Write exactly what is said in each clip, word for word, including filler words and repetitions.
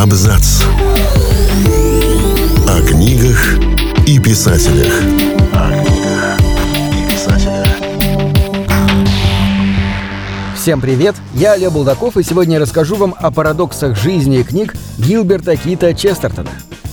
Абзац. О книгах и писателях. О книгах и писателях. Всем привет, я Олег Булдаков, и сегодня я расскажу вам о парадоксах жизни и книг Гилберта Кита Честертона.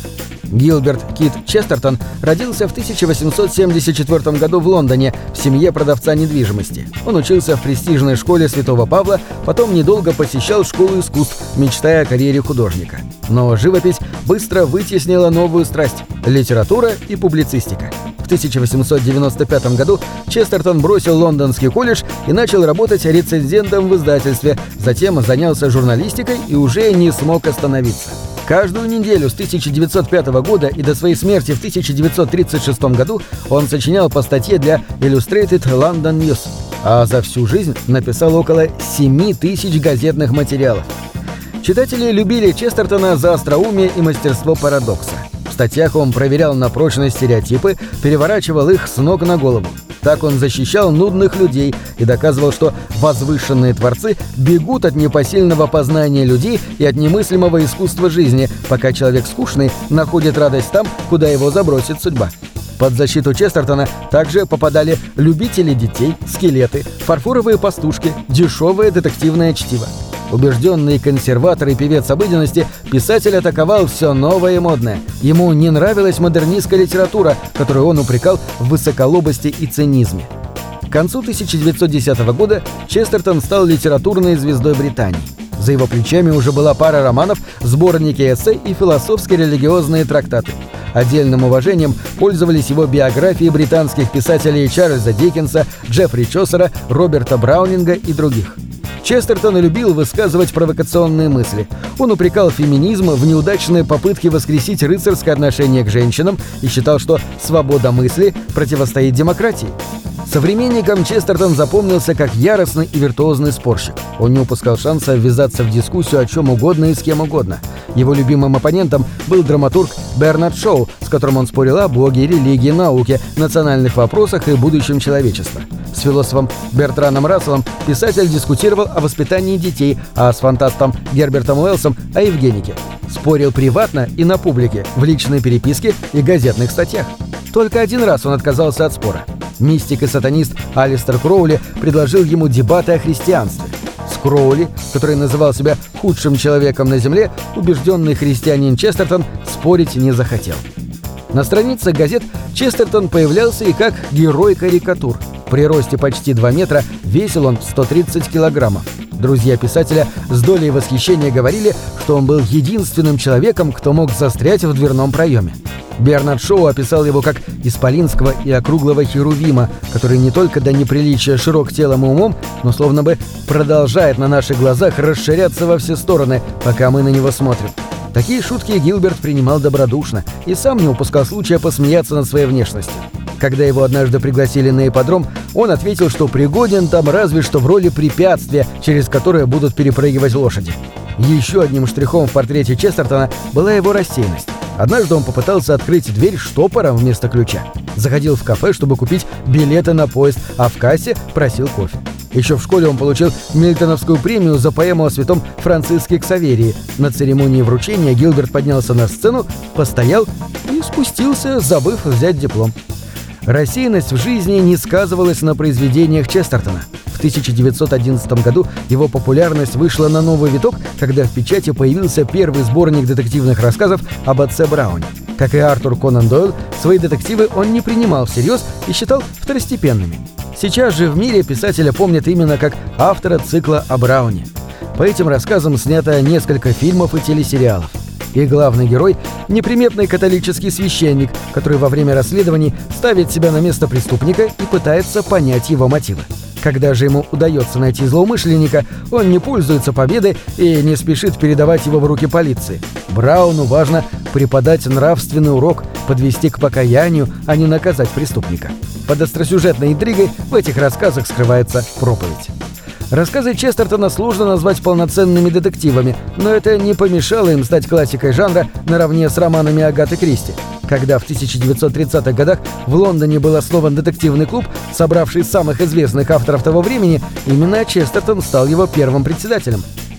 Гилберт Кит Честертон родился в тысяча восемьсот семьдесят четвёртом году в Лондоне в семье продавца недвижимости. Он учился в престижной школе Святого Павла, потом недолго посещал школу искусств, мечтая о карьере художника. Но живопись быстро вытеснила новую страсть – литература и публицистика. В тысяча восемьсот девяносто пятом году Честертон бросил Лондонский колледж и начал работать рецензентом в издательстве, затем занялся журналистикой и уже не смог остановиться. Каждую неделю с тысяча девятьсот пятого года и до своей смерти в тысяча девятьсот тридцать шестом году он сочинял по статье для Illustrated London News, а за всю жизнь написал около семи тысяч газетных материалов. Читатели любили Честертона за остроумие и мастерство парадокса. В статьях он проверял на прочность стереотипы, переворачивал их с ног на голову. Так он защищал нудных людей и доказывал, что возвышенные творцы бегут от непосильного познания людей и от немыслимого искусства жизни, пока человек скучный находит радость там, куда его забросит судьба. Под защиту Честертона также попадали любители детей, скелеты, фарфоровые пастушки, дешевое детективное чтиво. Убежденный консерватор и певец обыденности, писатель атаковал все новое и модное. Ему не нравилась модернистская литература, которую он упрекал в высоколобости и цинизме. К концу тысяча девятьсот десятого года Честертон стал литературной звездой Британии. За его плечами уже была пара романов, сборники эссе и философско-религиозные трактаты. Отдельным уважением пользовались его биографии британских писателей Чарльза Диккенса, Джеффри Чосера, Роберта Браунинга и других. Честертон любил высказывать провокационные мысли. Он упрекал феминизм в неудачной попытке воскресить рыцарское отношение к женщинам и считал, что свобода мысли противостоит демократии. Современникам Честертон запомнился как яростный и виртуозный спорщик. Он не упускал шанса ввязаться в дискуссию о чем угодно и с кем угодно. Его любимым оппонентом был драматург Бернард Шоу, с которым он спорил о Боге, религии, науке, национальных вопросах и будущем человечества. С философом Бертраном Расселом писатель дискутировал о воспитании детей, а с фантастом Гербертом Уэллсом о Евгенике. Спорил приватно и на публике, в личной переписке и газетных статьях. Только один раз он отказался от спора. Мистик и сатанист Алистер Кроули предложил ему дебаты о христианстве. С Кроули, который называл себя худшим человеком на земле, убежденный христианин Честертон спорить не захотел. На страницах газет Честертон появлялся и как герой карикатур. При росте почти два метра весил он сто тридцать килограммов. Друзья писателя с долей восхищения говорили, что он был единственным человеком, кто мог застрять в дверном проеме. Бернард Шоу описал его как исполинского и округлого херувима, который не только до неприличия широк телом и умом, но словно бы продолжает на наших глазах расширяться во все стороны, пока мы на него смотрим. Такие шутки Гилберт принимал добродушно и сам не упускал случая посмеяться над своей внешностью. Когда его однажды пригласили на ипподром, он ответил, что пригоден там разве что в роли препятствия, через которое будут перепрыгивать лошади. Еще одним штрихом в портрете Честертона была его рассеянность. Однажды он попытался открыть дверь штопором вместо ключа. Заходил в кафе, чтобы купить билеты на поезд, а в кассе просил кофе. Еще в школе он получил Мильтоновскую премию за поэму о святом Франциске Ксаверии. На церемонии вручения Гилберт поднялся на сцену, постоял и спустился, забыв взять диплом. Рассеянность в жизни не сказывалась на произведениях Честертона. В тысяча девятьсот одиннадцатом году его популярность вышла на новый виток, когда в печати появился первый сборник детективных рассказов об отце Брауне. Как и Артур Конан Дойл, свои детективы он не принимал всерьез и считал второстепенными. Сейчас же в мире писателя помнят именно как автора цикла о Брауне. По этим рассказам снято несколько фильмов и телесериалов. Их главный герой – неприметный католический священник, который во время расследований ставит себя на место преступника и пытается понять его мотивы. Когда же ему удается найти злоумышленника, он не пользуется победой и не спешит передавать его в руки полиции. Брауну важно преподать нравственный урок, подвести к покаянию, а не наказать преступника. Под остросюжетной интригой в этих рассказах скрывается проповедь. Рассказы Честертона сложно назвать полноценными детективами, но это не помешало им стать классикой жанра наравне с романами Агаты Кристи. Когда в тысяча девятьсот тридцатых годах в Лондоне был основан детективный клуб, собравший самых известных авторов того времени, именно Честертон стал его первым председателем.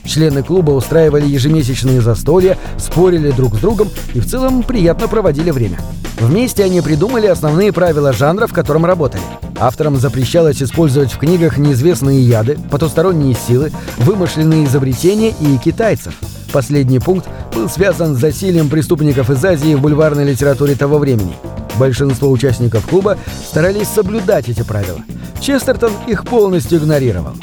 Члены клуба устраивали ежемесячные застолья, спорили друг с другом и в целом приятно проводили время. Вместе они придумали основные правила жанра, в котором работали. Авторам запрещалось использовать в книгах неизвестные яды, потусторонние силы, вымышленные изобретения и китайцев. Последний пункт был связан с засильем преступников из Азии в бульварной литературе того времени. Большинство участников клуба старались соблюдать эти правила. Честертон их полностью игнорировал.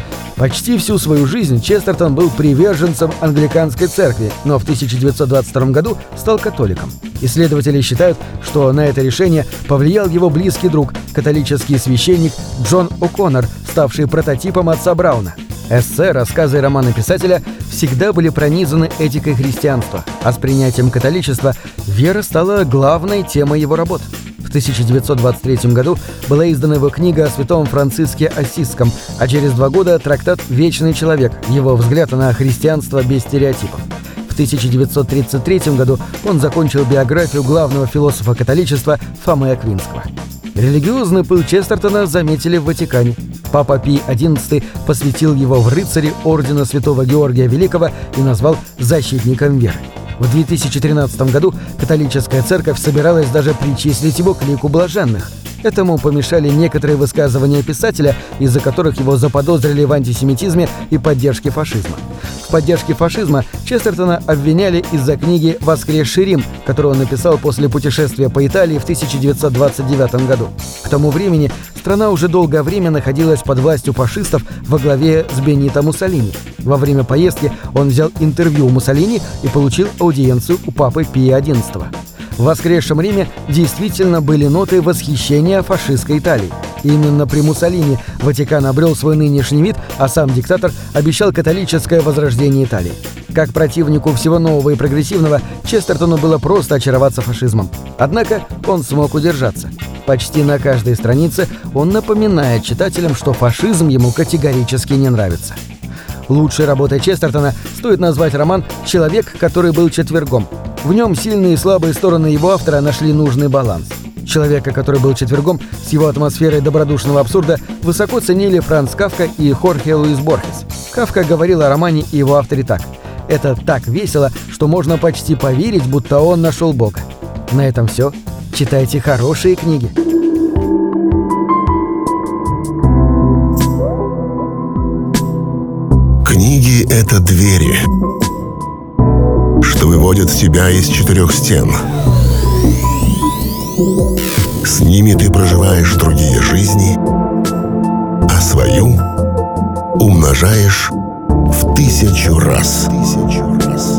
Почти всю свою жизнь Честертон был приверженцем англиканской церкви, но в тысяча девятьсот двадцать втором году стал католиком. Исследователи считают, что на это решение повлиял его близкий друг, католический священник Джон О'Коннор, ставший прототипом отца Брауна. Эссе, рассказы и романы писателя всегда были пронизаны этикой христианства, а с принятием католичества вера стала главной темой его работ. В тысяча девятьсот двадцать третьем году была издана его книга о святом Франциске Ассизском, а через два года трактат «Вечный человек», его взгляд на христианство без стереотипов. В тысяча девятьсот тридцать третьем году он закончил биографию главного философа католичества Фомы Аквинского. Религиозный пыл Честертона заметили в Ватикане. Папа Пий одиннадцатый посвятил его в рыцари ордена Святого Георгия Великого и назвал защитником веры. В две тысячи тринадцатом году католическая церковь собиралась даже причислить его к лику блаженных. Этому помешали некоторые высказывания писателя, из-за которых его заподозрили в антисемитизме и поддержке фашизма. В поддержке фашизма Честертона обвиняли из-за книги «Воскресший Рим», которую он написал после путешествия по Италии в тысяча девятьсот двадцать девятом году. К тому времени страна уже долгое время находилась под властью фашистов во главе с Бенито Муссолини. Во время поездки он взял интервью у Муссолини и получил аудиенцию у папы Пия одиннадцатого. В «Воскресшем Риме» действительно были ноты восхищения фашистской Италией. Именно при Муссолини Ватикан обрел свой нынешний вид, а сам диктатор обещал католическое возрождение Италии. Как противнику всего нового и прогрессивного, Честертону было просто очароваться фашизмом. Однако он смог удержаться. Почти на каждой странице он напоминает читателям, что фашизм ему категорически не нравится. Лучшей работой Честертона стоит назвать роман «Человек, который был четвергом». В нем сильные и слабые стороны его автора нашли нужный баланс. «Человека, который был четвергом» с его атмосферой добродушного абсурда высоко ценили Франц Кафка и Хорхе Луис Борхес. Кафка говорил о романе и его авторе так: «Это так весело, что можно почти поверить, будто он нашел Бога». На этом все. Читайте хорошие книги. Книги — это двери, что выводят тебя из четырех стен. С ними ты проживаешь другие жизни, а свою умножаешь в тысячу раз. Тысячу раз.